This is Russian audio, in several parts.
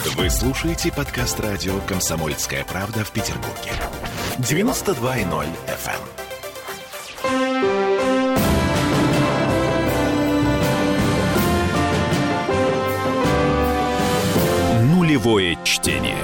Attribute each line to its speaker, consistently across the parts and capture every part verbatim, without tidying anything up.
Speaker 1: Вы слушаете подкаст радио «Комсомольская правда» в Петербурге. девяносто два и ноль эф эм. Нулевое чтение.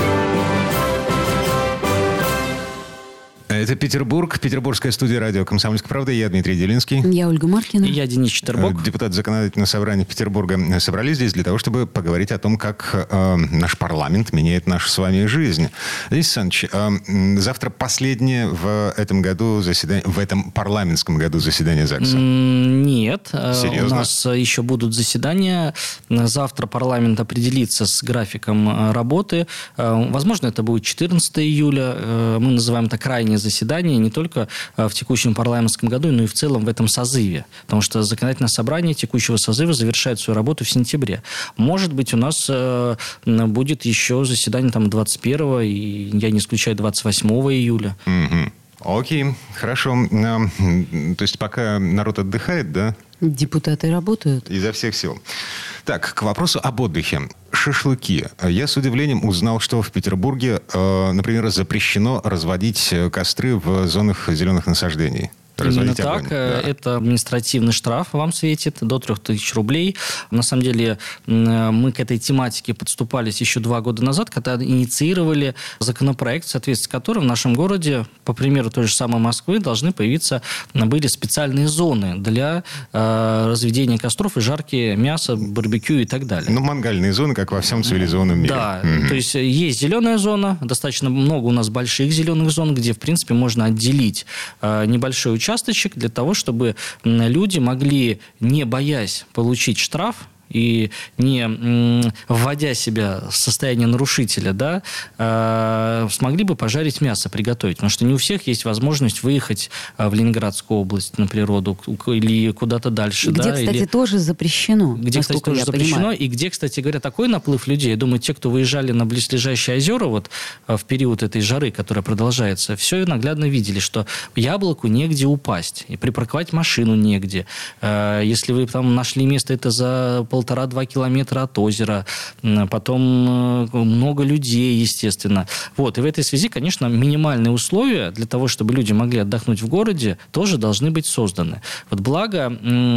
Speaker 2: Это Петербург, петербургская студия радио «Комсомольская правда». Я Дмитрий Делинский.
Speaker 3: Я Ольга Маркина.
Speaker 4: И я Денис Четербок.
Speaker 2: Депутаты Законодательного собрания Петербурга собрались здесь для того, чтобы поговорить о том, как э, наш парламент меняет нашу с вами жизнь. Денис Александрович, э, завтра последнее в этом году заседание, в этом парламентском году заседание ЗАГСа.
Speaker 4: Нет.
Speaker 2: Серьезно?
Speaker 4: У нас еще будут заседания. Завтра парламент определится с графиком работы. Возможно, это будет четырнадцатого июля. Мы называем это крайнее заседание. Заседание не только в текущем парламентском году, но и в целом в этом созыве. Потому что законодательное собрание текущего созыва завершает свою работу в сентябре. Может быть, у нас будет еще заседание там, двадцать первого, и я не исключаю двадцать восьмого июля.
Speaker 2: Угу. Окей, хорошо. То есть пока народ отдыхает, да?
Speaker 3: Депутаты работают.
Speaker 2: Изо всех сил. Так, к вопросу об отдыхе. Шашлыки. Я с удивлением узнал, что в Петербурге, э, например, запрещено разводить костры в зонах зеленых насаждений.
Speaker 4: Именно так.
Speaker 2: Огонь. Да.
Speaker 4: Это административный штраф вам светит до трех тысяч рублей. На самом деле мы к этой тематике подступались еще два года назад, когда инициировали законопроект, в соответствии с которым в нашем городе, по примеру той же самой Москвы, должны появиться, были специальные зоны для э, разведения костров и жарки мяса, барбекю и так далее.
Speaker 2: Ну, мангальные зоны, как во всем цивилизованном мире.
Speaker 4: Да,
Speaker 2: mm-hmm.
Speaker 4: то есть есть зеленая зона, достаточно много у нас больших зеленых зон, где, в принципе, можно отделить э, небольшой участок для того, чтобы люди могли, не боясь получить штраф, и не вводя себя в состояние нарушителя, да, э, смогли бы пожарить мясо, приготовить. Потому что не у всех есть возможность выехать в Ленинградскую область на природу или куда-то дальше.
Speaker 3: Где,
Speaker 4: да,
Speaker 3: кстати,
Speaker 4: или...
Speaker 3: тоже запрещено.
Speaker 4: Где, кстати, тоже запрещено.
Speaker 3: Понимаю.
Speaker 4: И где, кстати говоря, такой наплыв людей. Я думаю, те, кто выезжали на близлежащие озера вот, в период этой жары, которая продолжается, все наглядно видели, что яблоку негде упасть. И припарковать машину негде. Э, если вы там нашли место это за полтора-два километра от озера, потом много людей, естественно. Вот. И в этой связи, конечно, минимальные условия для того, чтобы люди могли отдохнуть в городе, тоже должны быть созданы. Вот благо,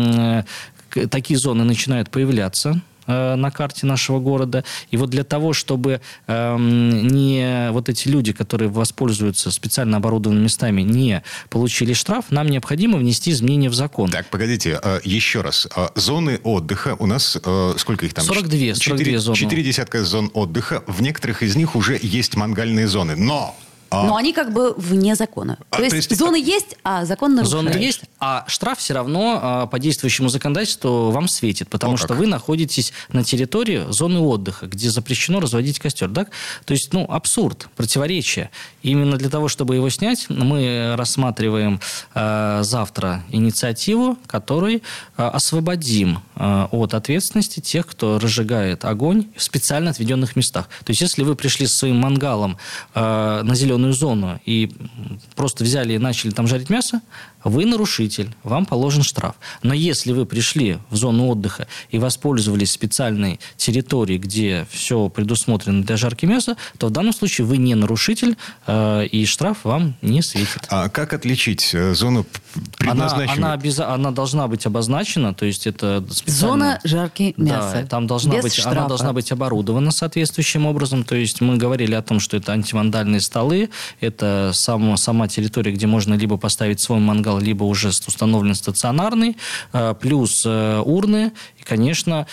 Speaker 4: такие зоны начинают появляться на карте нашего города. И вот для того, чтобы э, не вот эти люди, которые воспользуются специально оборудованными местами, не получили штраф, нам необходимо внести изменения в закон.
Speaker 2: Так, погодите, еще раз. Зоны отдыха у нас, сколько их там?
Speaker 4: сорок две, сорок две зоны.
Speaker 2: Четыре десятка зон отдыха. В некоторых из них уже есть мангальные зоны. Но...
Speaker 3: Но они как бы вне закона.
Speaker 2: А,
Speaker 3: то, есть,
Speaker 2: то есть
Speaker 3: зоны есть, а закон нарушается.
Speaker 4: Зоны есть, а штраф все равно по действующему законодательству вам светит, потому
Speaker 2: О,
Speaker 4: что
Speaker 2: как.
Speaker 4: вы находитесь на территории зоны отдыха, где запрещено разводить костер. Так? То есть, ну, абсурд, противоречие. Именно для того, чтобы его снять, мы рассматриваем э, завтра инициативу, которой э, освободим э, от ответственности тех, кто разжигает огонь в специально отведенных местах. То есть, если вы пришли со своим мангалом э, на зеленую зону и просто взяли и начали там жарить мясо, вы нарушитель, вам положен штраф. Но если вы пришли в зону отдыха и воспользовались специальной территорией, где все предусмотрено для жарки мяса, то в данном случае вы не нарушитель, э, и штраф вам не светит.
Speaker 2: А как отличить зону предназначенную?
Speaker 4: Она, она, обяза... она должна быть обозначена, то есть это специально...
Speaker 3: Зона жарки мяса.
Speaker 4: Да, там должна
Speaker 3: без
Speaker 4: быть,
Speaker 3: штрафа.
Speaker 4: она должна быть оборудована соответствующим образом. То есть мы говорили о том, что это антивандальные столы, это сам, сама территория, где можно либо поставить свой мангал, либо уже установлен стационарный, плюс урны и, конечно,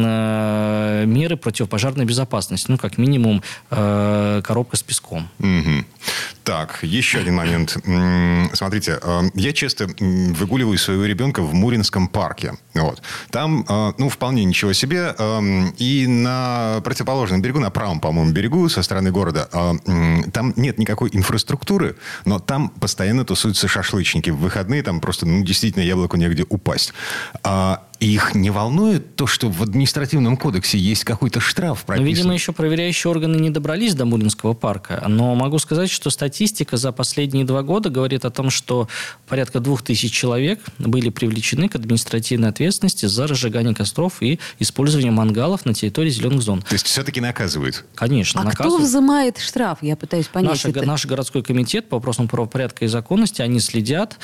Speaker 4: меры противопожарной безопасности. Ну, как минимум, коробка с песком.
Speaker 2: Угу. Так, еще один момент. Смотрите, я часто выгуливаю своего ребенка в Муринском парке. Вот. Там, ну, вполне ничего себе. И на противоположном берегу, на правом, по-моему, берегу, со стороны города, там нет никакой инфраструктуры, но там постоянно тусуются шашлычники. В выходные там просто, ну, действительно, яблоку негде упасть. И их не волнует то, что в административном кодексе есть какой-то штраф прописан?
Speaker 4: Ну, видимо, еще проверяющие органы не добрались до Муринского парка. Но могу сказать, что статистика за последние два года говорит о том, что порядка двух тысяч человек были привлечены к административной ответственности за разжигание костров и использование мангалов на территории зеленых зон.
Speaker 2: То есть все-таки наказывают?
Speaker 4: Конечно,
Speaker 3: а
Speaker 4: наказывают.
Speaker 3: кто взимает штраф? Я пытаюсь понять
Speaker 4: Наш,
Speaker 3: это.
Speaker 4: наш городской комитет по вопросам правопорядка и законности, они следят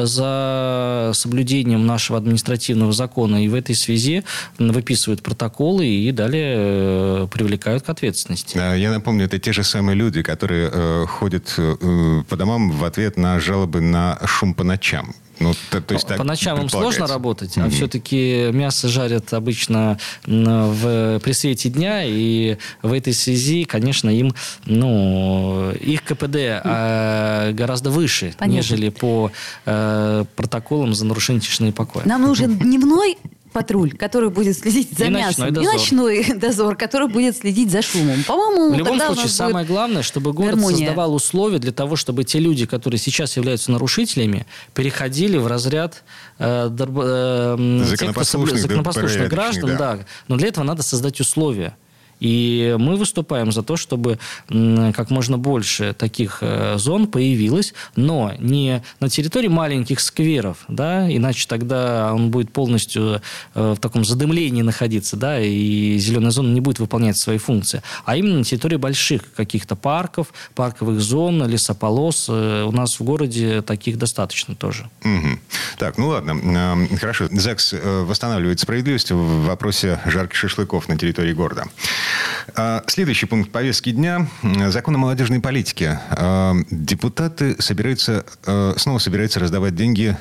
Speaker 4: за соблюдением нашего административного закона и в этой связи выписывают протоколы и далее привлекают к ответственности.
Speaker 2: Я напомню, это те же самые люди, которые э, ходят э, по домам в ответ на жалобы на шум по ночам. Ну, то, то есть,
Speaker 4: по
Speaker 2: так
Speaker 4: ночам им сложно работать, mm-hmm. а все-таки мясо жарят обычно в, при свете дня, и в этой связи, конечно, им, ну, их КПД mm-hmm. гораздо выше, Понятно. Нежели по э, протоколам за нарушение тишины и покоя.
Speaker 3: Нам нужен дневной патруль, который будет следить за
Speaker 4: и
Speaker 3: мясом,
Speaker 4: ночной
Speaker 3: и ночной дозор, который будет следить за шумом. По-моему,
Speaker 4: в любом случае, самое главное, чтобы город гармония. Создавал условия для того, чтобы те люди, которые сейчас являются нарушителями, переходили в разряд э, э, законопослушных, тех, законопослушных граждан. Да. Да. Но для этого надо создать условия. И мы выступаем за то, чтобы как можно больше таких зон появилось, но не на территории маленьких скверов, да, иначе тогда он будет полностью в таком задымлении находиться, да, и зеленая зона не будет выполнять свои функции, а именно на территории больших каких-то парков, парковых зон, лесополос. У нас в городе таких достаточно тоже.
Speaker 2: Угу. Так, ну ладно, хорошо. ЗАГС восстанавливает справедливость в вопросе жарких шашлыков на территории города. Следующий пункт повестки дня. Закон о молодежной политике. Депутаты собираются, снова собираются раздавать деньги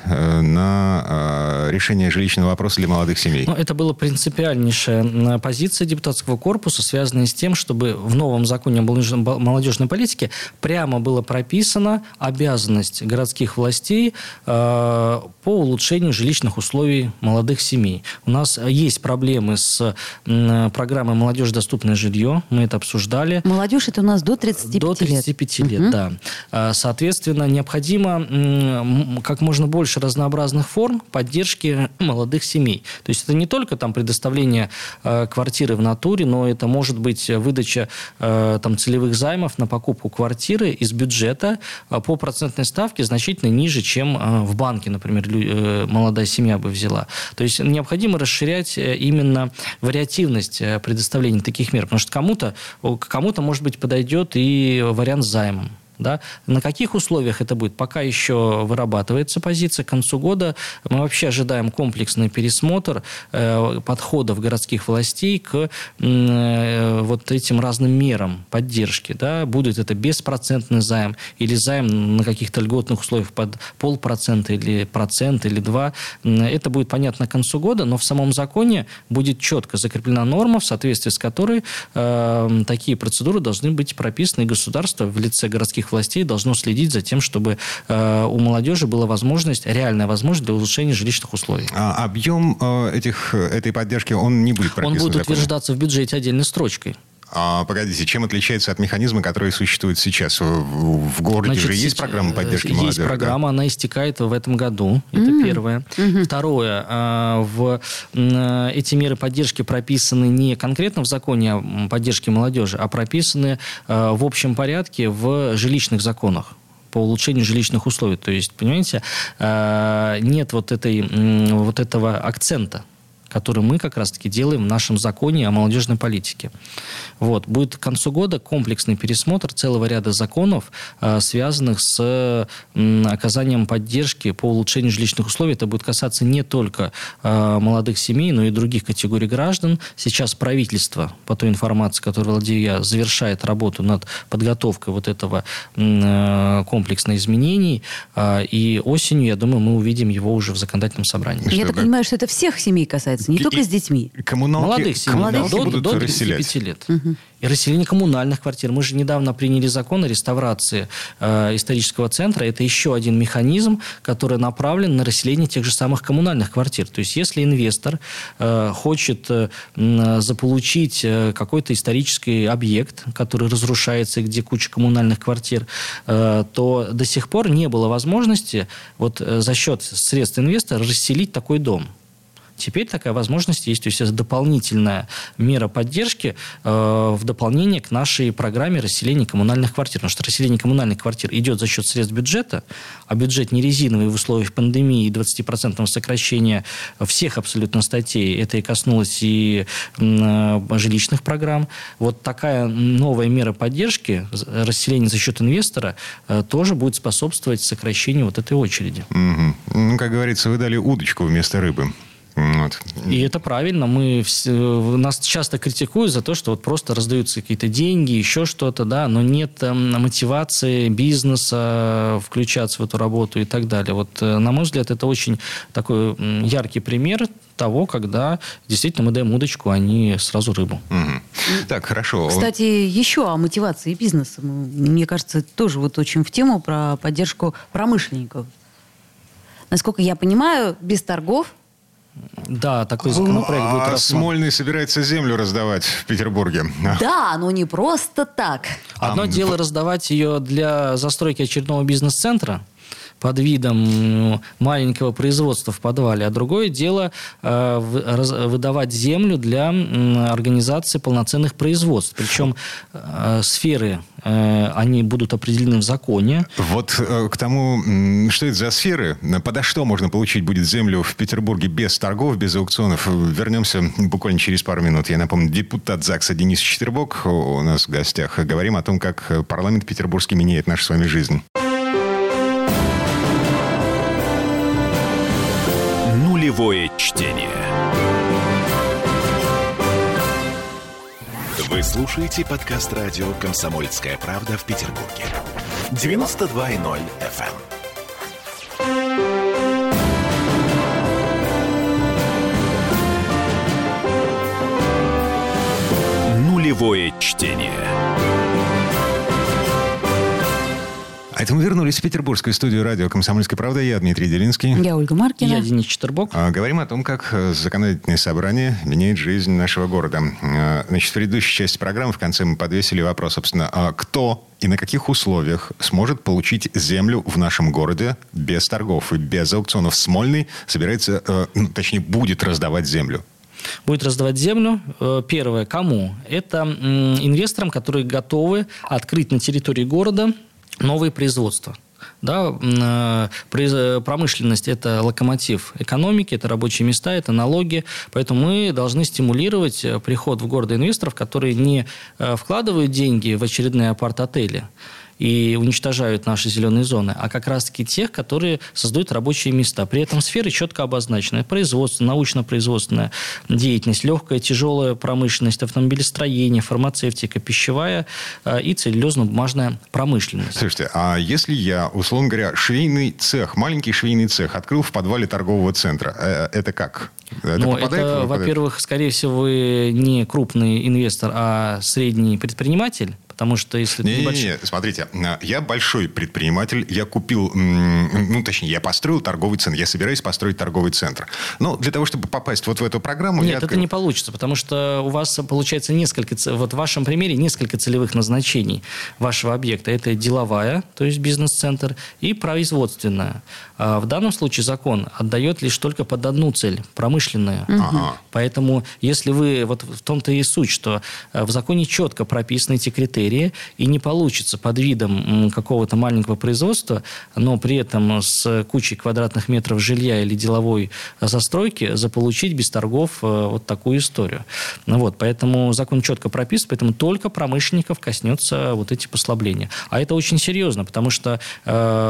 Speaker 2: на решение жилищного вопроса для молодых семей.
Speaker 4: Ну, это была принципиальнейшая позиция депутатского корпуса, связанная с тем, чтобы в новом законе о молодежной политике прямо было прописана обязанность городских властей по улучшению жилищных условий молодых семей. У нас есть проблемы с программой «Молодежь. Доступное жилье». Мы это обсуждали.
Speaker 3: Молодежь это у нас до тридцати пяти лет.
Speaker 4: До тридцати пяти лет, угу. да. Соответственно, необходимо как можно больше разнообразных форм поддержки молодых семей. То есть это не только там предоставление квартиры в натуре, но это может быть выдача там целевых займов на покупку квартиры из бюджета по процентной ставке значительно ниже, чем в банке, например, молодая семья бы взяла. То есть необходимо расширять именно вариативность предоставления таких мер, потому что кому-то, кому-то, может быть, подойдет и вариант с займом. Да? На каких условиях это будет? Пока еще вырабатывается позиция. К концу года мы вообще ожидаем комплексный пересмотр э, подходов городских властей к э, вот этим разным мерам поддержки. Да? Будет это беспроцентный займ или займ на каких-то льготных условиях под полпроцента или процент или два. Это будет понятно к концу года, но в самом законе будет четко закреплена норма, в соответствии с которой э, такие процедуры должны быть прописаны, и государство в лице городских властей должно следить за тем, чтобы э, у молодежи была возможность, реальная возможность для улучшения жилищных условий.
Speaker 2: А объем э, этих, этой поддержки, он не будет прописан?
Speaker 4: Он будет утверждаться в бюджете отдельной строчкой.
Speaker 2: А, погодите, чем отличается от механизма, который существует сейчас? В, в городе Значит, же есть программа поддержки
Speaker 4: есть
Speaker 2: молодежи?
Speaker 4: Есть программа, да? Она истекает в этом году. Это mm-hmm. первое. Mm-hmm. Второе. В, эти меры поддержки прописаны не конкретно в законе о поддержке молодежи, а прописаны в общем порядке в жилищных законах по улучшению жилищных условий. То есть, понимаете, нет вот, этой, вот этого акцента, который мы как раз-таки делаем в нашем законе о молодежной политике. Вот. Будет к концу года комплексный пересмотр целого ряда законов, э, связанных с э, оказанием поддержки по улучшению жилищных условий. Это будет касаться не только э, молодых семей, но и других категорий граждан. Сейчас правительство, по той информации, которую владею я, завершает работу над подготовкой вот этого э, комплекса изменений. Э, и осенью, я думаю, мы увидим его уже в законодательном собрании.
Speaker 3: Я так понимаю, что это всех семей касается, не и, только с детьми.
Speaker 2: Коммуналки,
Speaker 4: молодых семей,
Speaker 2: коммуналки
Speaker 4: до,
Speaker 2: будут
Speaker 4: до тридцати пяти лет.
Speaker 3: Угу.
Speaker 4: И расселение коммунальных квартир. Мы же недавно приняли закон о реставрации э, исторического центра. Это еще один механизм, который направлен на расселение тех же самых коммунальных квартир. То есть, если инвестор э, хочет э, заполучить э, какой-то исторический объект, который разрушается, где куча коммунальных квартир, э, то до сих пор не было возможности вот, э, за счет средств инвестора расселить такой дом. Теперь такая возможность есть. То есть это дополнительная мера поддержки э, в дополнение к нашей программе расселения коммунальных квартир. Потому что расселение коммунальных квартир идет за счет средств бюджета, а бюджет не резиновый в условиях пандемии и двадцать процентов сокращения всех абсолютно статей. Это и коснулось и э, жилищных программ. Вот такая новая мера поддержки, расселение за счет инвестора, э, тоже будет способствовать сокращению вот этой очереди.
Speaker 2: Угу. Ну, как говорится, вы дали удочку вместо рыбы. Вот.
Speaker 4: И это правильно. Мы, нас часто критикуют за то, что вот просто раздаются какие-то деньги, еще что-то, да, но нет мотивации бизнеса включаться в эту работу и так далее. Вот, на мой взгляд, это очень такой яркий пример того, когда действительно мы даем удочку, а не сразу рыбу.
Speaker 2: Угу. Так, хорошо.
Speaker 3: Кстати, еще о мотивации бизнеса. Мне кажется, это тоже вот очень в тему про поддержку промышленников. Насколько я понимаю, без торгов.
Speaker 4: Да, такой законопроект будет
Speaker 2: А
Speaker 4: рассмотрен.
Speaker 2: Смольный собирается землю раздавать в Петербурге.
Speaker 3: Да, но не просто так.
Speaker 4: Одно
Speaker 2: А,
Speaker 4: дело
Speaker 2: в-
Speaker 4: раздавать ее для застройки очередного бизнес-центра под видом маленького производства в подвале, а другое дело э, в- раз- выдавать землю для м, организации полноценных производств. Причем э, сферы, э, они будут определены в законе.
Speaker 2: Вот э, к тому, м, что это за сферы, подо что можно получить будет землю в Петербурге без торгов, без аукционов, вернемся буквально через пару минут. Я напомню, депутат ЗАГСа Денис Четербок у нас в гостях. Говорим о том, как парламент петербургский меняет нашу с вами жизнь.
Speaker 1: Нулевое чтение. Вы слушаете подкаст радио «Комсомольская правда» в Петербурге. девяносто два и ноль эф эм. Нулевое чтение.
Speaker 2: А это мы вернулись в петербургскую студию радио «Комсомольская правда». Я Дмитрий Делинский.
Speaker 3: Я Ольга Маркина.
Speaker 4: Я Денис Четербок.
Speaker 2: А, Говорим о том, как э, законодательное собрание меняет жизнь нашего города. Э, Значит, в предыдущей части программы в конце мы подвесили вопрос, собственно, а кто и на каких условиях сможет получить землю в нашем городе без торгов и без аукционов. Смольный собирается, э, ну, точнее, будет раздавать землю.
Speaker 4: Будет раздавать землю. Э, Первое. Кому? Это м, инвесторам, которые готовы открыть на территории города новые производства. Да, м, произ- промышленность – это локомотив экономики, это рабочие места, это налоги. Поэтому мы должны стимулировать э, приход в город инвесторов, которые не э, вкладывают деньги в очередные апарт-отели и уничтожают наши зеленые зоны, а как раз-таки тех, которые создают рабочие места. При этом сферы четко обозначены. Производство, научно-производственная деятельность, легкая, тяжелая промышленность, автомобилестроение, фармацевтика, пищевая э, и целлюлозно-бумажная промышленность.
Speaker 2: Слушайте, а если я, условно говоря, швейный цех, маленький швейный цех открыл в подвале торгового центра, э, это как? Это
Speaker 4: Ну,
Speaker 2: попадает,
Speaker 4: это,
Speaker 2: не попадает?
Speaker 4: во-первых, скорее всего, вы не крупный инвестор, а средний предприниматель. Потому что если...
Speaker 2: Не,
Speaker 4: небольш-
Speaker 2: не, не, смотрите, я большой предприниматель, я купил, м, ну, точнее, я построил торговый центр, я собираюсь построить торговый центр. Но для того, чтобы попасть вот в эту программу... я
Speaker 4: Нет, это
Speaker 2: открыл-
Speaker 4: не получится, потому что у вас получается несколько, ц- вот в вашем примере несколько целевых назначений вашего объекта. Это деловая, то есть бизнес-центр, и производственная. А в данном случае закон отдает лишь только под одну цель – промышленную.
Speaker 2: Ага.
Speaker 4: Поэтому, если вы, вот в том-то и суть, что э, в законе четко прописаны эти критерии, и не получится под видом м, какого-то маленького производства, но при этом с кучей квадратных метров жилья или деловой э, застройки заполучить без торгов э, вот такую историю. Ну, вот, поэтому закон четко прописан, поэтому только промышленников коснется вот эти послабления. А это очень серьезно, потому что э,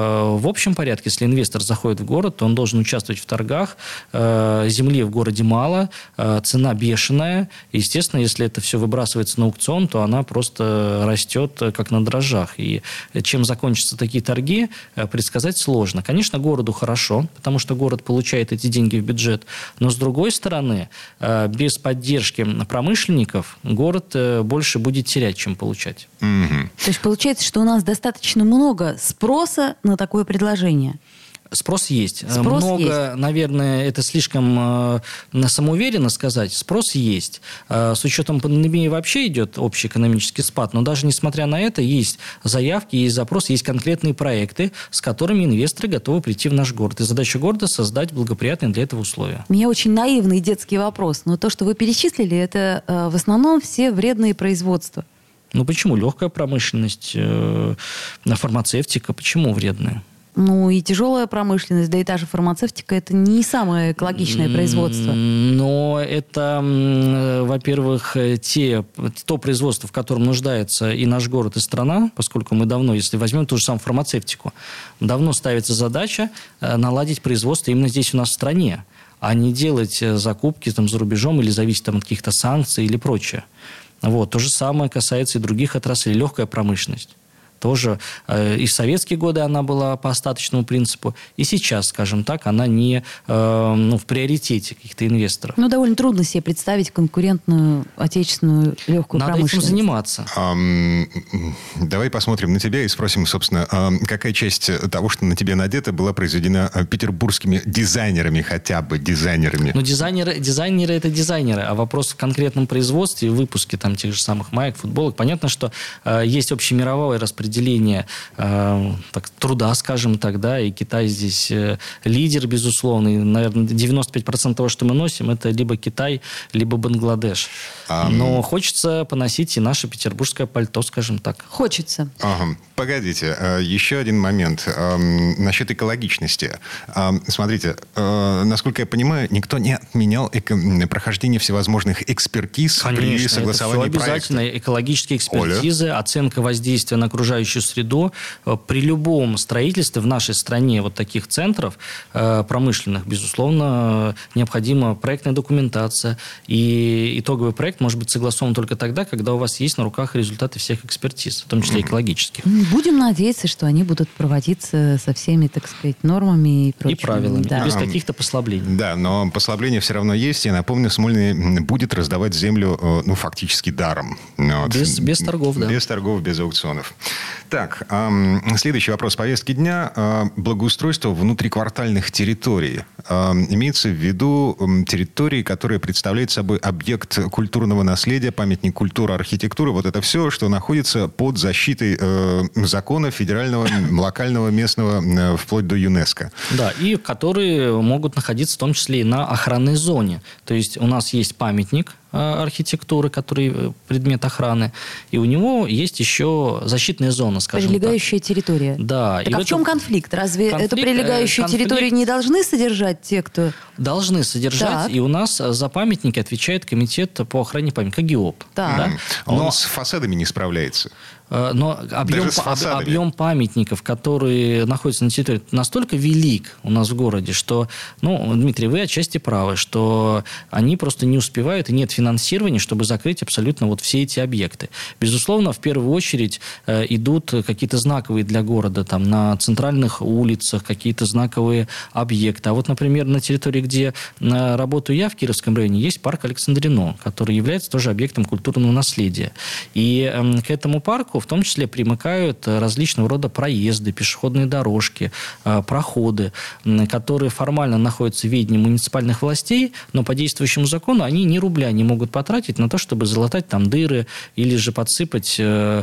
Speaker 4: в общем порядке, если инвестор заходит в город, то он должен участвовать в торгах, э, земли в городе мало, э, цена бешеная. Естественно, если это все выбрасывается на аукцион, то она просто растет э, как на дрожжах. И чем закончатся такие торги, э, предсказать сложно. Конечно, городу хорошо, потому что город получает эти деньги в бюджет, но с другой стороны, э, без поддержки промышленников город э, больше будет терять, чем получать.
Speaker 2: Мгм.
Speaker 3: То есть получается, что у нас достаточно много спроса на такое предложение.
Speaker 4: Спрос есть.
Speaker 3: Спрос
Speaker 4: Много,
Speaker 3: есть.
Speaker 4: наверное, это слишком э, самоуверенно сказать. Спрос есть. Э, с учетом пандемии вообще идет общий экономический спад, но даже несмотря на это, есть заявки, есть запросы, есть конкретные проекты, с которыми инвесторы готовы прийти в наш город. И задача города – создать благоприятные для этого условия.
Speaker 3: У меня очень наивный детский вопрос, но то, что вы перечислили, это э, в основном все вредные производства.
Speaker 4: Ну почему? Легкая промышленность, э, фармацевтика, почему вредная?
Speaker 3: Ну и тяжелая промышленность, да и та же фармацевтика, это не самое экологичное производство.
Speaker 4: Но это, во-первых, те, то производство, в котором нуждается и наш город, и страна, поскольку мы давно, если возьмем ту же самую фармацевтику, давно ставится задача наладить производство именно здесь у нас в стране, а не делать закупки там, за рубежом или зависеть там, от каких-то санкций или прочее. Вот. То же самое касается и других отраслей. Легкая промышленность. Тоже э, и в советские годы она была по остаточному принципу, и сейчас, скажем так, она не э, ну, в приоритете каких-то инвесторов.
Speaker 3: Ну, довольно трудно себе представить конкурентную отечественную легкую
Speaker 4: Надо
Speaker 3: промышленность.
Speaker 4: этим заниматься.
Speaker 2: Ам, давай посмотрим на тебя и спросим, собственно, ам, какая часть того, что на тебе надето, была произведена петербургскими дизайнерами, хотя бы дизайнерами?
Speaker 4: Но дизайнеры, дизайнеры – это дизайнеры, а вопрос в конкретном производстве, выпуске там, тех же самых маек, футболок. Понятно, что э, есть общемировое распределение э, так, труда, скажем так, да, и Китай здесь э, лидер, безусловно. И, наверное, девяносто пять процентов того, что мы носим, это либо Китай, либо Бангладеш. А, Но хочется поносить и наше петербургское пальто, скажем так.
Speaker 3: Хочется.
Speaker 2: Ага. Погодите, еще один момент насчет экологичности. Смотрите, насколько я понимаю, никто не отменял эко... прохождение всевозможных экспертиз.
Speaker 4: Конечно,
Speaker 2: при согласовании
Speaker 4: это все обязательно.
Speaker 2: проекта.
Speaker 4: Экологические экспертизы,
Speaker 2: Оля?
Speaker 4: Оценка воздействия на окружающую среду. При любом строительстве в нашей стране вот таких центров промышленных, безусловно, необходима проектная документация. И итоговый проект может быть согласован только тогда, когда у вас есть на руках результаты всех экспертиз, в том числе экологических.
Speaker 3: Будем надеяться, что они будут проводиться со всеми, так сказать, нормами и прочим.
Speaker 4: И правилами,
Speaker 3: Да.
Speaker 4: и без каких-то послаблений.
Speaker 2: Да, но послабление все равно есть. Я напомню, Смольный будет раздавать землю, ну, фактически даром. Вот.
Speaker 4: Без, без торгов, да.
Speaker 2: Без торгов, без аукционов. Так, эм, следующий вопрос повестки дня. Э, благоустройство внутриквартальных территорий. Э, имеется в виду э, территории, которые представляют собой объект культурного наследия, памятник культуры, архитектуры. Вот это все, что находится под защитой э, закона федерального, локального, местного, э, вплоть до ЮНЕСКО.
Speaker 4: Да, и которые могут находиться в том числе и на охранной зоне. То есть у нас есть памятник архитектуры, который предмет охраны, и у него есть еще защитная зона, скажем
Speaker 3: Прилегающая
Speaker 4: так.
Speaker 3: территория.
Speaker 4: Да.
Speaker 3: Так
Speaker 4: и
Speaker 3: а в
Speaker 4: этом...
Speaker 3: чем конфликт? Разве
Speaker 4: конфликт,
Speaker 3: эту прилегающую
Speaker 4: конфликт...
Speaker 3: территорию не должны содержать те, кто...
Speaker 4: Должны содержать,
Speaker 3: Так.
Speaker 4: и у нас за памятники отвечает комитет по охране памятника, КГИОП.
Speaker 3: Так.
Speaker 4: Да?
Speaker 2: Он
Speaker 4: Но...
Speaker 2: с фасадами не справляется.
Speaker 4: Но объем,
Speaker 2: Даже с фасадами.
Speaker 4: объем памятников, которые находятся на территории, настолько велик у нас в городе, что, ну, Дмитрий, вы отчасти правы, что они просто не успевают, и нет финансирования, чтобы закрыть абсолютно вот все эти объекты. Безусловно, в первую очередь э, идут какие-то знаковые для города, там, на центральных улицах, какие-то знаковые объекты. А вот, например, на территории, где э, работаю я в Кировском районе, есть парк Александрино, который является тоже объектом культурного наследия. И э, к этому парку в том числе примыкают различного рода проезды, пешеходные дорожки, проходы, которые формально находятся в ведении муниципальных властей, но по действующему закону они ни рубля не могут потратить на то, чтобы залатать там дыры или же подсыпать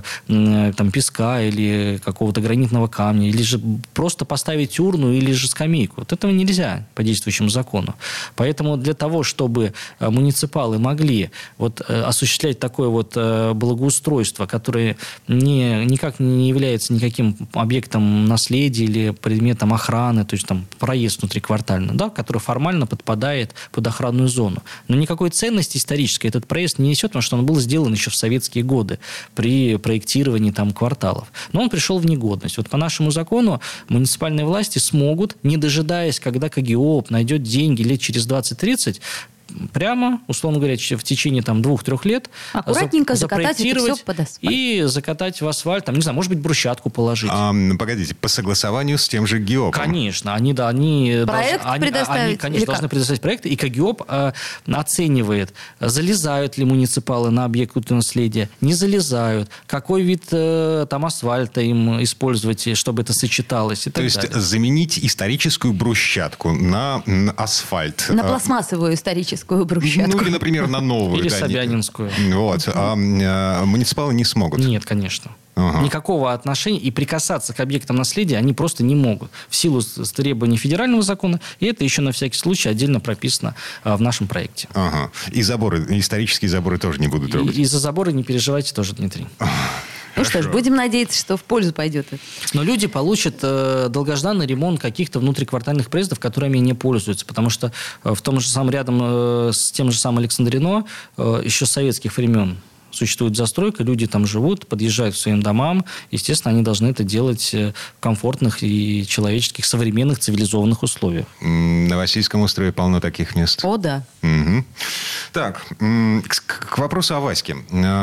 Speaker 4: там песка или какого-то гранитного камня, или же просто поставить урну или же скамейку. Вот этого нельзя по действующему закону. Поэтому для того, чтобы муниципалы могли вот осуществлять такое вот благоустройство, которое Не, никак не является никаким объектом наследия или предметом охраны, то есть там проезд внутриквартальный, да, который формально подпадает под охранную зону. Но никакой ценности исторической этот проезд не несет, потому что он был сделан еще в советские годы при проектировании там кварталов. Но он пришел в негодность. Вот по нашему закону муниципальные власти смогут, не дожидаясь, когда КГИОП найдет деньги лет через двадцать-тридцать, прямо, условно говоря, в течение там, двух-трех лет
Speaker 3: аккуратненько закатать это все под асфальт.
Speaker 4: И закатать в асфальт, там, не знаю, может быть, брусчатку положить.
Speaker 2: А, погодите, по согласованию с тем же ГИОПом?
Speaker 4: Конечно. Они, да, они,
Speaker 3: проект
Speaker 4: должны,
Speaker 3: предоставить?
Speaker 4: Они, конечно, должны предоставить проект, и КГИОП э, оценивает, залезают ли муниципалы на объект культурного наследия, не залезают, какой вид э, там асфальта им использовать, чтобы это сочеталось и так
Speaker 2: То есть
Speaker 4: далее.
Speaker 2: заменить историческую брусчатку на, на асфальт.
Speaker 3: На пластмассовую историческую брусчатку.
Speaker 2: Ну, или, например, на новую.
Speaker 4: Или
Speaker 2: да,
Speaker 4: собянинскую.
Speaker 2: Вот. А, а муниципалы не смогут?
Speaker 4: Нет, конечно.
Speaker 2: Ага.
Speaker 4: Никакого отношения и прикасаться к объектам наследия они просто не могут. В силу требований федерального закона, и это еще на всякий случай отдельно прописано а, в нашем проекте.
Speaker 2: Ага. И заборы, исторические заборы тоже не будут трогать?
Speaker 4: И, и за заборы не переживайте тоже, Дмитрий.
Speaker 3: Ну что ж, будем надеяться, что в пользу пойдет.
Speaker 4: Но люди получат э, долгожданный ремонт каких-то внутриквартальных проездов, которыми не пользуются. Потому что э, в том же самом, рядом э, с тем же самым Александрино э, еще с советских времен существует застройка, люди там живут, подъезжают к своим домам. Естественно, они должны это делать в комфортных и человеческих, современных, цивилизованных условиях.
Speaker 2: На Васильском острове полно таких мест.
Speaker 3: О, да.
Speaker 2: Угу. Так, к, к вопросу о Ваське.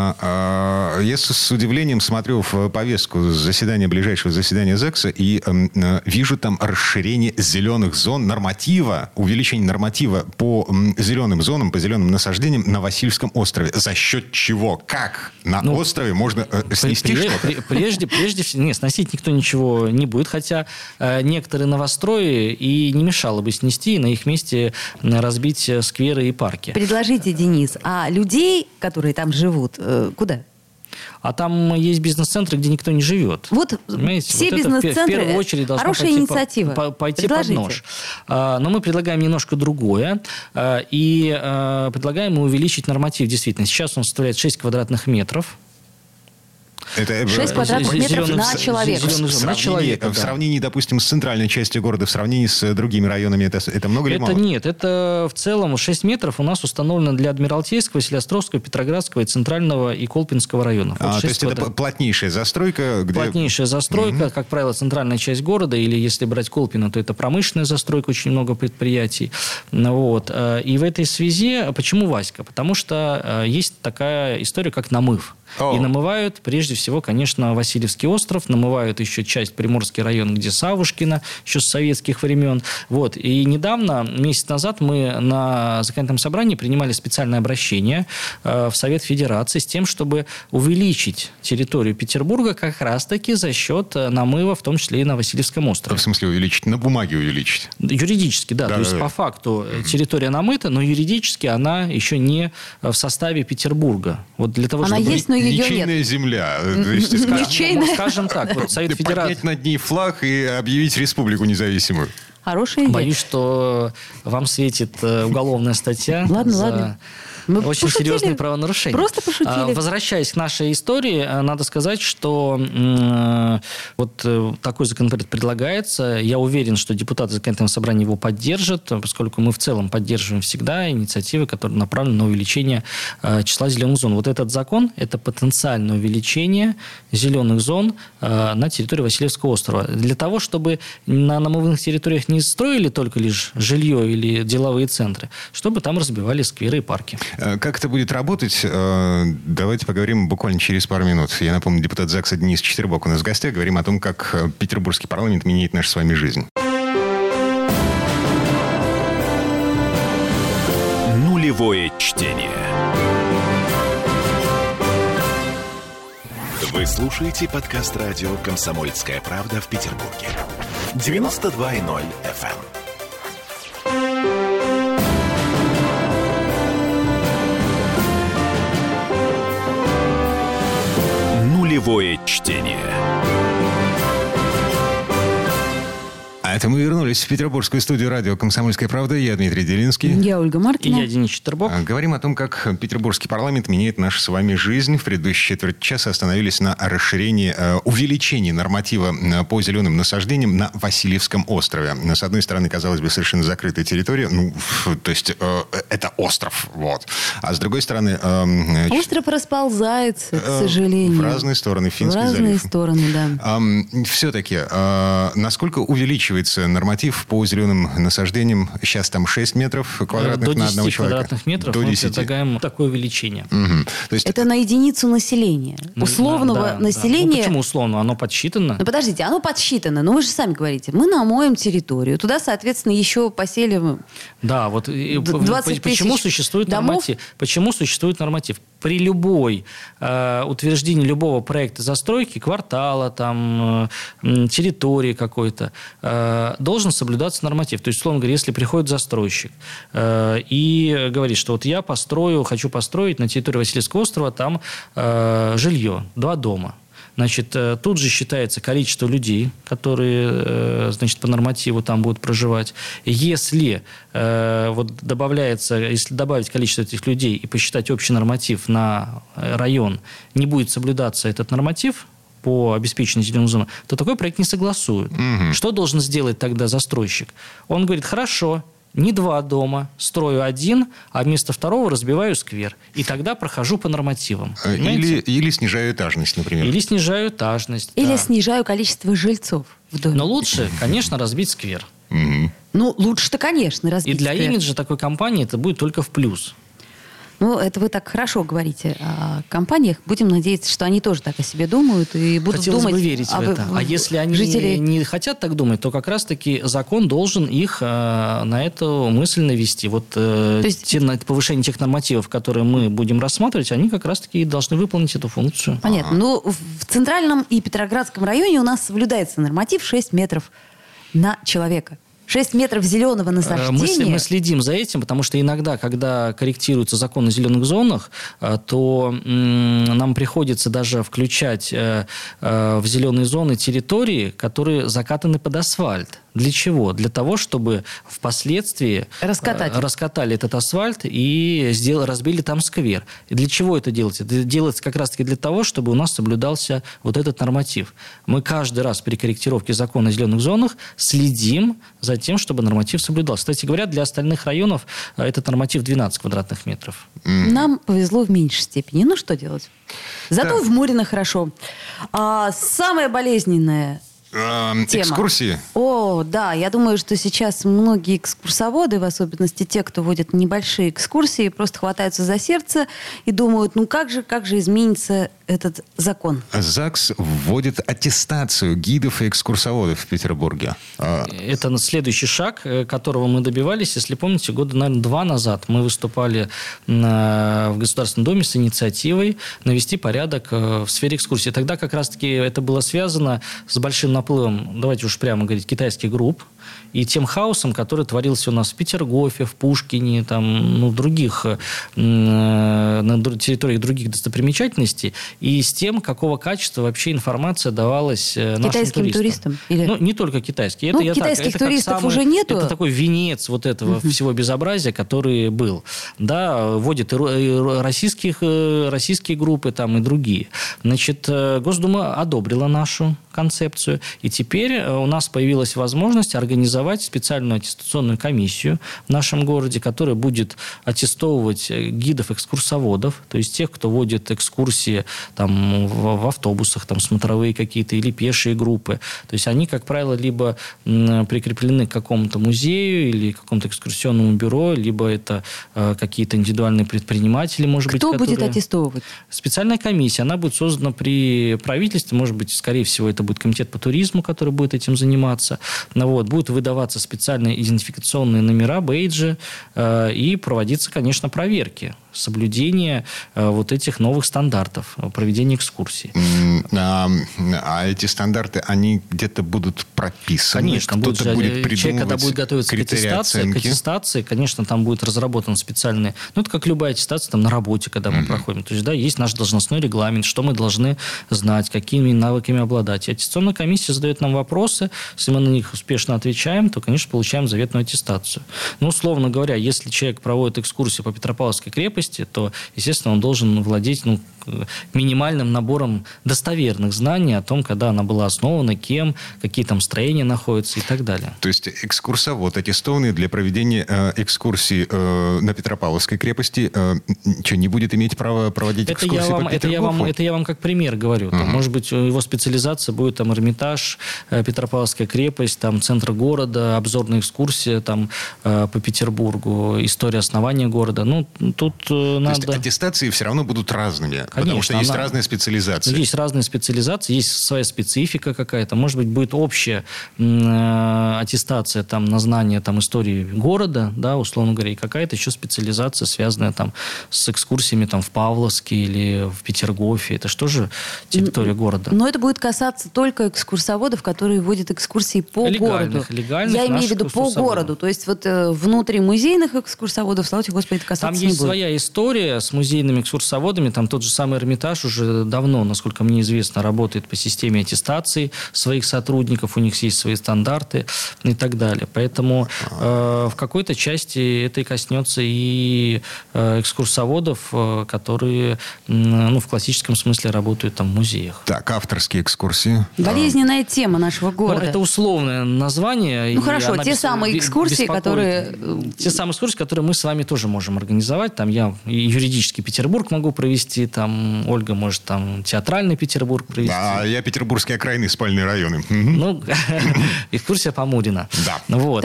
Speaker 2: Я с удивлением смотрю в повестку заседания, ближайшего заседания ЗЭКСа и вижу там расширение зеленых зон, норматива, увеличение норматива по зеленым зонам, по зеленым насаждениям на Васильском острове. За счет чего? Как на ну, острове можно э, снести
Speaker 4: прежде,
Speaker 2: что-то?
Speaker 4: Прежде, прежде всего, нет, сносить никто ничего не будет, хотя э, некоторые новострои и не мешало бы снести, и на их месте разбить скверы и парки.
Speaker 3: Предложите, Денис, а людей, которые там живут, э, куда?
Speaker 4: А там есть бизнес-центры, где никто не живет.
Speaker 3: Вот
Speaker 4: понимаете?
Speaker 3: все
Speaker 4: вот
Speaker 3: бизнес-центры,
Speaker 4: в первую очередь должна
Speaker 3: хорошая
Speaker 4: пойти
Speaker 3: инициатива.
Speaker 4: По, пойти под нож. А, но мы предлагаем немножко другое. А, и а, предлагаем увеличить норматив. Действительно, сейчас он составляет шесть квадратных метров.
Speaker 2: Это
Speaker 3: шесть квадратных метров
Speaker 4: зеленый,
Speaker 3: на человека.
Speaker 2: В сравнении,
Speaker 4: на человека,
Speaker 2: в
Speaker 4: да.
Speaker 2: сравнении, допустим, с центральной частью города, в сравнении с другими районами, это, это много или
Speaker 4: это
Speaker 2: мало?
Speaker 4: Нет, это в целом шесть метров у нас установлено для Адмиралтейского, Василеостровского, Петроградского и Центрального и Колпинского районов. Вот
Speaker 2: а, то есть квадрат. Это плотнейшая застройка? Где...
Speaker 4: Плотнейшая застройка,
Speaker 2: угу.
Speaker 4: как правило, центральная часть города, или если брать Колпино, то это промышленная застройка, очень много предприятий. Вот. И в этой связи, почему Васька? Потому что есть такая история, как намыв.
Speaker 2: О.
Speaker 4: И намывают, прежде всего, конечно, Васильевский остров, намывают еще часть Приморский район, где Савушкино, еще с советских времен. Вот. И недавно, месяц назад, мы на законодательном собрании принимали специальное обращение в Совет Федерации с тем, чтобы увеличить территорию Петербурга как раз-таки за счет намыва, в том числе и на Васильевском острове.
Speaker 2: В смысле увеличить? На бумаге увеличить?
Speaker 4: Юридически, да.
Speaker 2: да
Speaker 4: То есть,
Speaker 2: да,
Speaker 4: по
Speaker 2: да.
Speaker 4: факту территория намыта, но юридически она еще не в составе Петербурга. Вот для того,
Speaker 3: она
Speaker 4: чтобы...
Speaker 3: есть, но ее
Speaker 2: Ничейная
Speaker 3: нет.
Speaker 2: земля.
Speaker 3: Ничейная.
Speaker 4: Скажем так, вот Совет Федерации...
Speaker 2: Поднять над ней флаг и объявить республику независимую.
Speaker 3: Хорошая идея.
Speaker 4: Боюсь, что вам светит уголовная статья.
Speaker 3: Ладно,
Speaker 4: за...
Speaker 3: ладно. Мы
Speaker 4: Очень
Speaker 3: пошутили.
Speaker 4: серьезные правонарушения.
Speaker 3: Просто пошутили.
Speaker 4: Возвращаясь к нашей истории, надо сказать, что э, вот э, такой законопроект предлагается. Я уверен, что депутаты законодательного собрания его поддержат, поскольку мы в целом поддерживаем всегда инициативы, которые направлены на увеличение э, числа зеленых зон. Вот этот закон – это потенциальное увеличение зеленых зон э, на территории Васильевского острова. Для того, чтобы на намывных территориях не строили только лишь жилье или деловые центры, чтобы там разбивали скверы и парки.
Speaker 2: Как это будет работать, давайте поговорим буквально через пару минут. Я напомню, депутат ЗАГСа Денис Четербок у нас в гостях. Говорим о том, как Петербургский парламент меняет нашу с вами жизнь.
Speaker 1: Нулевое чтение. Вы слушаете подкаст радио «Комсомольская правда» в Петербурге. девяносто два и ноль эф эм. Нулевое чтение.
Speaker 2: А это мы вернулись в петербургскую студию радио «Комсомольская правда». Я Дмитрий Делинский.
Speaker 3: Я Ольга Маркина.
Speaker 4: И я Денис Четербок.
Speaker 2: Говорим о том, как петербургский парламент меняет нашу с вами жизнь. В предыдущей четверть часа остановились на расширении, увеличении норматива по зеленым насаждениям на Васильевском острове. С одной стороны, казалось бы, совершенно закрытая территория. Ну, то есть, это остров. Вот. А с другой стороны...
Speaker 3: Остров расползается, к сожалению.
Speaker 2: В разные стороны. Финский
Speaker 3: залив. В разные
Speaker 2: залив.
Speaker 3: стороны, да.
Speaker 2: Все-таки, насколько увеличивается появится норматив по зеленым насаждениям. Сейчас там шесть метров квадратных
Speaker 4: до
Speaker 2: на одного
Speaker 4: десяти
Speaker 2: человека.
Speaker 4: квадратных метров
Speaker 2: До
Speaker 4: мы
Speaker 2: десяти.
Speaker 4: предлагаем такое увеличение.
Speaker 2: Угу. То есть...
Speaker 3: Это на единицу населения.
Speaker 4: Ну,
Speaker 3: Условного
Speaker 4: да, да,
Speaker 3: населения...
Speaker 4: Да. Ну, почему условно? Оно подсчитано.
Speaker 3: Ну, подождите, оно подсчитано. Ну, вы же сами говорите. Мы намоем территорию. Туда, соответственно, еще поселим...
Speaker 4: Да, вот и-
Speaker 3: двадцать
Speaker 4: почему
Speaker 3: тысяч
Speaker 4: существует
Speaker 3: домов?
Speaker 4: норматив? Почему существует норматив? При любой э, утверждении любого проекта застройки, квартала, там, э, территории какой-то, э, должен соблюдаться норматив. То есть, условно говоря, если приходит застройщик э, и говорит, что вот я построю, хочу построить на территории Васильевского острова там э, жилье, два дома. Значит, тут же считается количество людей, которые, значит, по нормативу там будут проживать. Если вот добавляется, если добавить количество этих людей и посчитать общий норматив на район, не будет соблюдаться этот норматив по обеспечению зеленой зоны, то такой проект не согласуют. Угу. Что должен сделать тогда застройщик? Он говорит, хорошо, не два дома, строю один, а вместо второго разбиваю сквер. И тогда прохожу по нормативам.
Speaker 2: Или, или снижаю этажность, например.
Speaker 4: Или снижаю этажность.
Speaker 3: Или
Speaker 4: да.
Speaker 3: снижаю количество жильцов в доме.
Speaker 4: Но лучше, конечно, разбить сквер.
Speaker 2: Угу.
Speaker 3: Ну, лучше-то, конечно, разбить
Speaker 4: И для
Speaker 3: сквер.
Speaker 4: имиджа такой компании это будет только в плюс.
Speaker 3: Ну, это вы так хорошо говорите о компаниях. Будем надеяться, что они тоже так о себе думают и будут
Speaker 4: Хотелось
Speaker 3: думать...
Speaker 4: бы верить в это. А если они
Speaker 3: жители...
Speaker 4: не хотят так думать, то как раз-таки закон должен их э, на эту мысль навести. Вот э,
Speaker 3: есть...
Speaker 4: те, на, повышение тех нормативов, которые мы будем рассматривать, они как раз-таки должны выполнить эту функцию.
Speaker 3: Понятно. Ну, в Центральном и Петроградском районе у нас соблюдается норматив шесть метров на человека. шесть метров зеленого насаждения.
Speaker 4: Мы, мы следим за этим, потому что иногда, когда корректируется закон о зеленых зонах, то м, нам приходится даже включать э, э, в зеленые зоны территории, которые закатаны под асфальт. Для чего? Для того, чтобы впоследствии
Speaker 3: Раскатать.
Speaker 4: э, раскатали этот асфальт и сделали, разбили там сквер. И для чего это делается? Это делается как раз-таки для того, чтобы у нас соблюдался вот этот норматив. Мы каждый раз при корректировке закона о зеленых зонах следим за тем, чтобы норматив соблюдался. Кстати говоря, для остальных районов этот норматив двенадцать квадратных метров.
Speaker 3: Нам повезло в меньшей степени. Ну, что делать? Зато
Speaker 2: Да.
Speaker 3: в Мурино хорошо. А самое болезненное...
Speaker 2: Эм,
Speaker 3: Тема.
Speaker 2: Экскурсии.
Speaker 3: О, да, я думаю, что сейчас многие экскурсоводы, в особенности те, кто водят небольшие экскурсии, просто хватаются за сердце и думают, ну как же, как же изменится этот закон?
Speaker 2: ЗАГС вводит аттестацию гидов и экскурсоводов в Петербурге. А,
Speaker 4: Это следующий шаг, которого мы добивались. Если помните, года, наверное, два назад мы выступали на, в Государственном Доме с инициативой навести порядок в сфере экскурсии. Тогда как раз-таки это было связано с большим наплывом, давайте уж прямо говорить, китайских групп и тем хаосом, который творился у нас в Петергофе, в Пушкине, там, ну, в других, э, на территориях других достопримечательностей, и с тем, какого качества вообще информация давалась нашим
Speaker 3: Китайским
Speaker 4: туристам.
Speaker 3: туристам? Или...
Speaker 4: Ну, не только китайские.
Speaker 3: Ну,
Speaker 4: это, я
Speaker 3: китайских
Speaker 4: так, это
Speaker 3: туристов
Speaker 4: как самый,
Speaker 3: уже нету?
Speaker 4: Это такой венец вот этого uh-huh. всего безобразия, который был. Да, вводят и российских, российские группы там, и другие. Значит, Госдума одобрила нашу концепцию, и теперь у нас появилась возможность организовать специальную аттестационную комиссию в нашем городе, которая будет аттестовывать гидов-экскурсоводов, то есть тех, кто водит экскурсии там, в, в автобусах, там, смотровые какие-то, или пешие группы. То есть они, как правило, либо м, прикреплены к какому-то музею или к какому-то экскурсионному бюро, либо это э, какие-то индивидуальные предприниматели, может
Speaker 3: Кто
Speaker 4: быть,
Speaker 3: будет
Speaker 4: которые...
Speaker 3: аттестовывать?
Speaker 4: Специальная комиссия, она будет создана при правительстве, может быть, скорее всего, это будет комитет по туризму, который будет этим заниматься. Вот. Будут выдаваться специальные идентификационные номера, бейджи, э, и проводиться, конечно, проверки соблюдения э, вот этих новых стандартов проведения экскурсий.
Speaker 2: А, а эти стандарты, они где-то будут прописаны?
Speaker 4: Конечно,
Speaker 2: кто-то
Speaker 4: будет,
Speaker 2: будет придумывать
Speaker 4: человек, когда будет готовиться к аттестации, к аттестации, конечно, там будет разработан специальный, ну, это как любая аттестация там, на работе, когда мы uh-huh. проходим. То есть, да, есть наш должностной регламент, что мы должны знать, какими навыками обладать. И аттестационная комиссия задает нам вопросы, если мы на них успешно отвечаем, то, конечно, получаем заветную аттестацию. Ну, условно говоря, если человек проводит экскурсию по Петропавловской крепости, то, естественно, он должен владеть, ну, минимальным набором достоверных знаний о том, когда она была основана, кем, какие там строения находятся и так далее.
Speaker 2: То есть экскурсовод, аттестованный для проведения э, экскурсии э, на Петропавловской крепости, э, что, не будет иметь права проводить
Speaker 4: это
Speaker 2: экскурсии
Speaker 4: я вам,
Speaker 2: по
Speaker 4: это я, вам, это я вам как пример говорю. Там, uh-huh. Может быть, его специализация будет там Эрмитаж, э, Петропавловская крепость, там центр города, обзорная экскурсия там, э, по Петербургу, история основания города. Ну, тут э, надо...
Speaker 2: То есть аттестации все равно будут разными,
Speaker 4: Конечно,
Speaker 2: потому что есть
Speaker 4: она...
Speaker 2: разные специализации.
Speaker 4: Есть разные специализации, есть своя специфика какая-то. Может быть, будет общая э, аттестация там, на знание там, истории города, да, условно говоря, и какая-то еще специализация, связанная там, с экскурсиями там, в Павловске или в Петергофе. Это что же территория города?
Speaker 3: Но это будет касаться только экскурсоводов, которые водят экскурсии по
Speaker 4: легальных,
Speaker 3: городу.
Speaker 4: Легальных
Speaker 3: Я имею в виду по городу. То есть вот э, внутри музейных экскурсоводов, слава тебе, Господи, это касаться
Speaker 4: там
Speaker 3: не
Speaker 4: есть
Speaker 3: будет.
Speaker 4: Своя история с музейными экскурсоводами. Там тот же самый Эрмитаж уже давно, насколько мне известно, работает по системе аттестации своих сотрудников. У них есть свои стандарты и так далее. Поэтому э, в какой-то части это и коснется и э, экскурсоводов, э, которые э, ну, в классическом смысле работают там в музеях.
Speaker 2: Так, авторские экскурсии.
Speaker 3: Болезненная тема нашего города.
Speaker 4: Ну, это условное название.
Speaker 3: Ну хорошо, те бес... самые экскурсии,
Speaker 4: беспокоит.
Speaker 3: которые...
Speaker 4: Те самые экскурсии, которые мы с вами тоже можем организовать. Там я юридический Петербург могу провести, там Ольга может там театральный Петербург провести.
Speaker 2: Да, я петербургские окраины, спальные районы.
Speaker 4: Ну, экскурсия по Мурино.
Speaker 2: Да.
Speaker 4: Вот.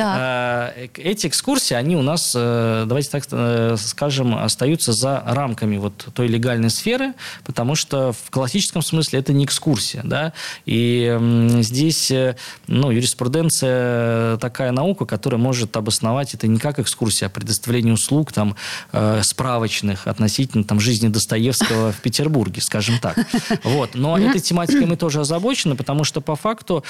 Speaker 4: Эти экскурсии, они у нас, давайте так скажем, остаются за рамками вот той легальной сферы, потому что в классическом смысле это не экскурсия, да, и здесь, ну, юриспруденция такая наука, которая может обосновать это не как экскурсия, а предоставление услуг там справочных относительно там жизни Достоевского в Петербурге, скажем так. Вот. Но этой тематикой мы тоже озабочены, потому что по факту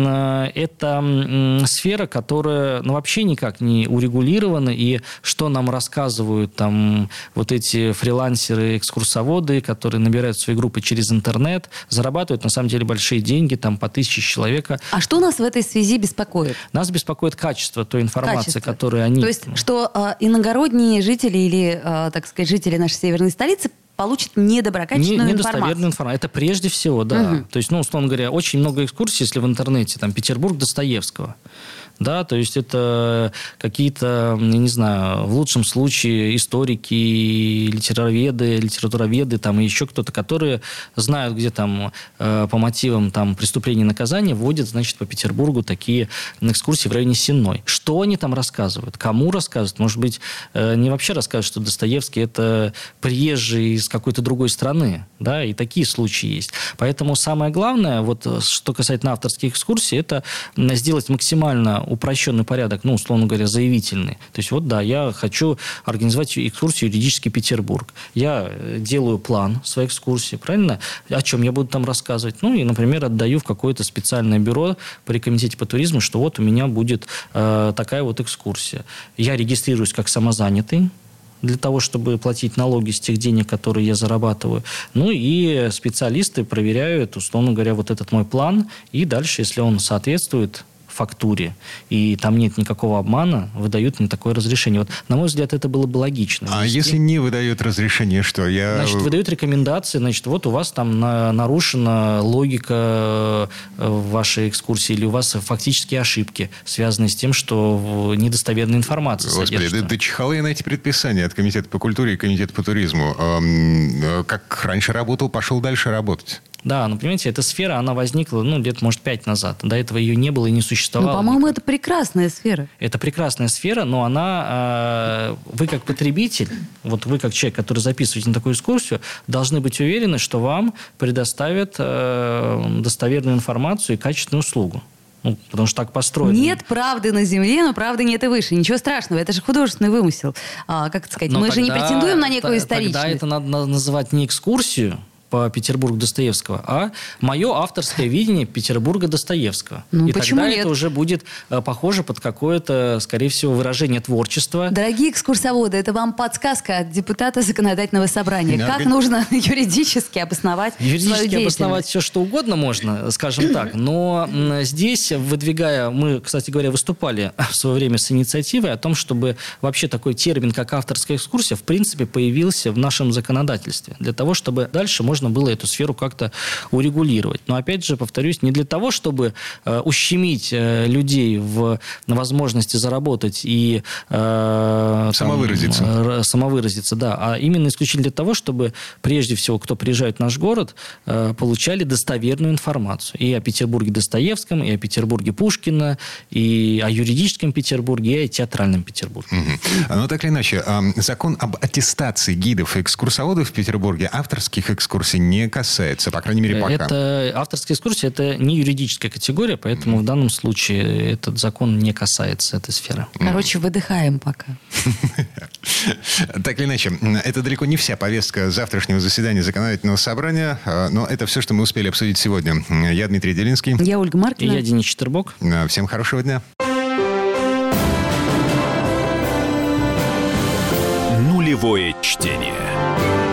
Speaker 4: это сфера, которая ну, вообще никак не урегулирована, и что нам рассказывают там вот эти фрилансеры, экскурсоводы, которые набирают свои группы через интернет, зарабатывают на самом деле большие деньги, там по тысяче человека.
Speaker 3: А что нас в этой связи беспокоит?
Speaker 4: Нас беспокоит качество той информации,
Speaker 3: качество.
Speaker 4: которую они...
Speaker 3: То есть, что э, иногородние жители или, э, так сказать, жители нашей северной столицы получат недоброкачественную
Speaker 4: не,
Speaker 3: информацию.
Speaker 4: Недостоверную информацию. Это прежде всего, да.
Speaker 3: Угу.
Speaker 4: То есть, ну, условно говоря, очень много экскурсий, если в интернете, там, Петербург Достоевского. Да, то есть это какие-то, я не знаю, в лучшем случае историки, литературоведы, литературоведы, там и еще кто-то, которые знают, где там э, по мотивам там преступления и наказания вводят, значит, по Петербургу такие экскурсии в районе Сенной. Что они там рассказывают? Кому рассказывают? Может быть, э, не вообще рассказывают, что Достоевский это приезжий из какой-то другой страны, да, и такие случаи есть. Поэтому самое главное, вот что касательно авторских экскурсий, это сделать максимально упрощенный порядок, ну, условно говоря, заявительный. То есть, вот, да, я хочу организовать экскурсию «Юридический Петербург». Я делаю план своей экскурсии, правильно? О чем я буду там рассказывать? Ну, и, например, отдаю в какое-то специальное бюро при комитете по туризму, что вот у меня будет э, такая вот экскурсия. Я регистрируюсь как самозанятый, для того, чтобы платить налоги с тех денег, которые я зарабатываю. Ну и специалисты проверяют, условно говоря, вот этот мой план, и дальше, если он соответствует фактуре, и там нет никакого обмана, выдают мне такое разрешение. Вот, на мой взгляд, это было бы логично.
Speaker 2: А вести. Если не выдают разрешение, что? Я...
Speaker 4: Значит, выдают рекомендации, значит, вот у вас там на, нарушена логика вашей экскурсии, или у вас фактические ошибки, связанные с тем, что недостоверная информация
Speaker 2: Господи,
Speaker 4: содержится.
Speaker 2: да, да чихалы я на эти предписания от Комитета по культуре и Комитета по туризму. Эм, как раньше работал, пошел дальше работать.
Speaker 4: Да, ну, понимаете, эта сфера, она возникла, ну, где-то, может, пять назад. До этого ее не было и не существовало.
Speaker 3: Ну, по-моему, это прекрасная сфера.
Speaker 4: Это прекрасная сфера, но она... Э, вы как потребитель, вот вы как человек, который записываете на такую экскурсию, должны быть уверены, что вам предоставят э, достоверную информацию и качественную услугу. Ну, потому что так построено.
Speaker 3: Нет правды на земле, но правды нет и выше. Ничего страшного, это же художественный вымысел. А, как это сказать?
Speaker 4: Но
Speaker 3: Мы
Speaker 4: тогда,
Speaker 3: же не претендуем на некую историчность.
Speaker 4: Тогда это надо называть не экскурсию, по Петербургу Достоевского, а мое авторское видение Петербурга Достоевского.
Speaker 3: Ну,
Speaker 4: и
Speaker 3: почему
Speaker 4: тогда
Speaker 3: нет?
Speaker 4: это уже будет э, похоже под какое-то, скорее всего, выражение творчества.
Speaker 3: Дорогие экскурсоводы, это вам подсказка от депутата законодательного собрания.
Speaker 2: Да,
Speaker 3: Как
Speaker 2: конечно.
Speaker 3: нужно юридически обосновать свою
Speaker 4: Юридически
Speaker 3: деятельность?
Speaker 4: обосновать все, что угодно можно, скажем так. Но м, здесь, выдвигая... Мы, кстати говоря, выступали в свое время с инициативой о том, чтобы вообще такой термин, как авторская экскурсия, в принципе, появился в нашем законодательстве. Для того, чтобы дальше можно было эту сферу как-то урегулировать. Но, опять же, повторюсь, не для того, чтобы э, ущемить э, людей в возможности заработать и... э,
Speaker 2: Самовыразиться.
Speaker 4: Там, э, самовыразиться, да. А именно исключительно для того, чтобы, прежде всего, кто приезжает в наш город, э, получали достоверную информацию. И о Петербурге Достоевском, и о Петербурге Пушкина, и о юридическом Петербурге, и о театральном Петербурге.
Speaker 2: Угу. Но так или иначе, э, закон об аттестации гидов и экскурсоводов в Петербурге авторских экскурсий не касается, по крайней мере, пока.
Speaker 4: Это авторская экскурсия, это не юридическая категория, поэтому в данном случае этот закон не касается этой сферы.
Speaker 3: Короче, выдыхаем пока.
Speaker 2: Так или иначе, это далеко не вся повестка завтрашнего заседания законодательного собрания, но это все, что мы успели обсудить сегодня. Я Дмитрий Делинский.
Speaker 3: Я Ольга
Speaker 4: И
Speaker 3: Маркина.
Speaker 4: я Денис Четербок.
Speaker 2: Всем хорошего дня.
Speaker 1: Нулевое чтение.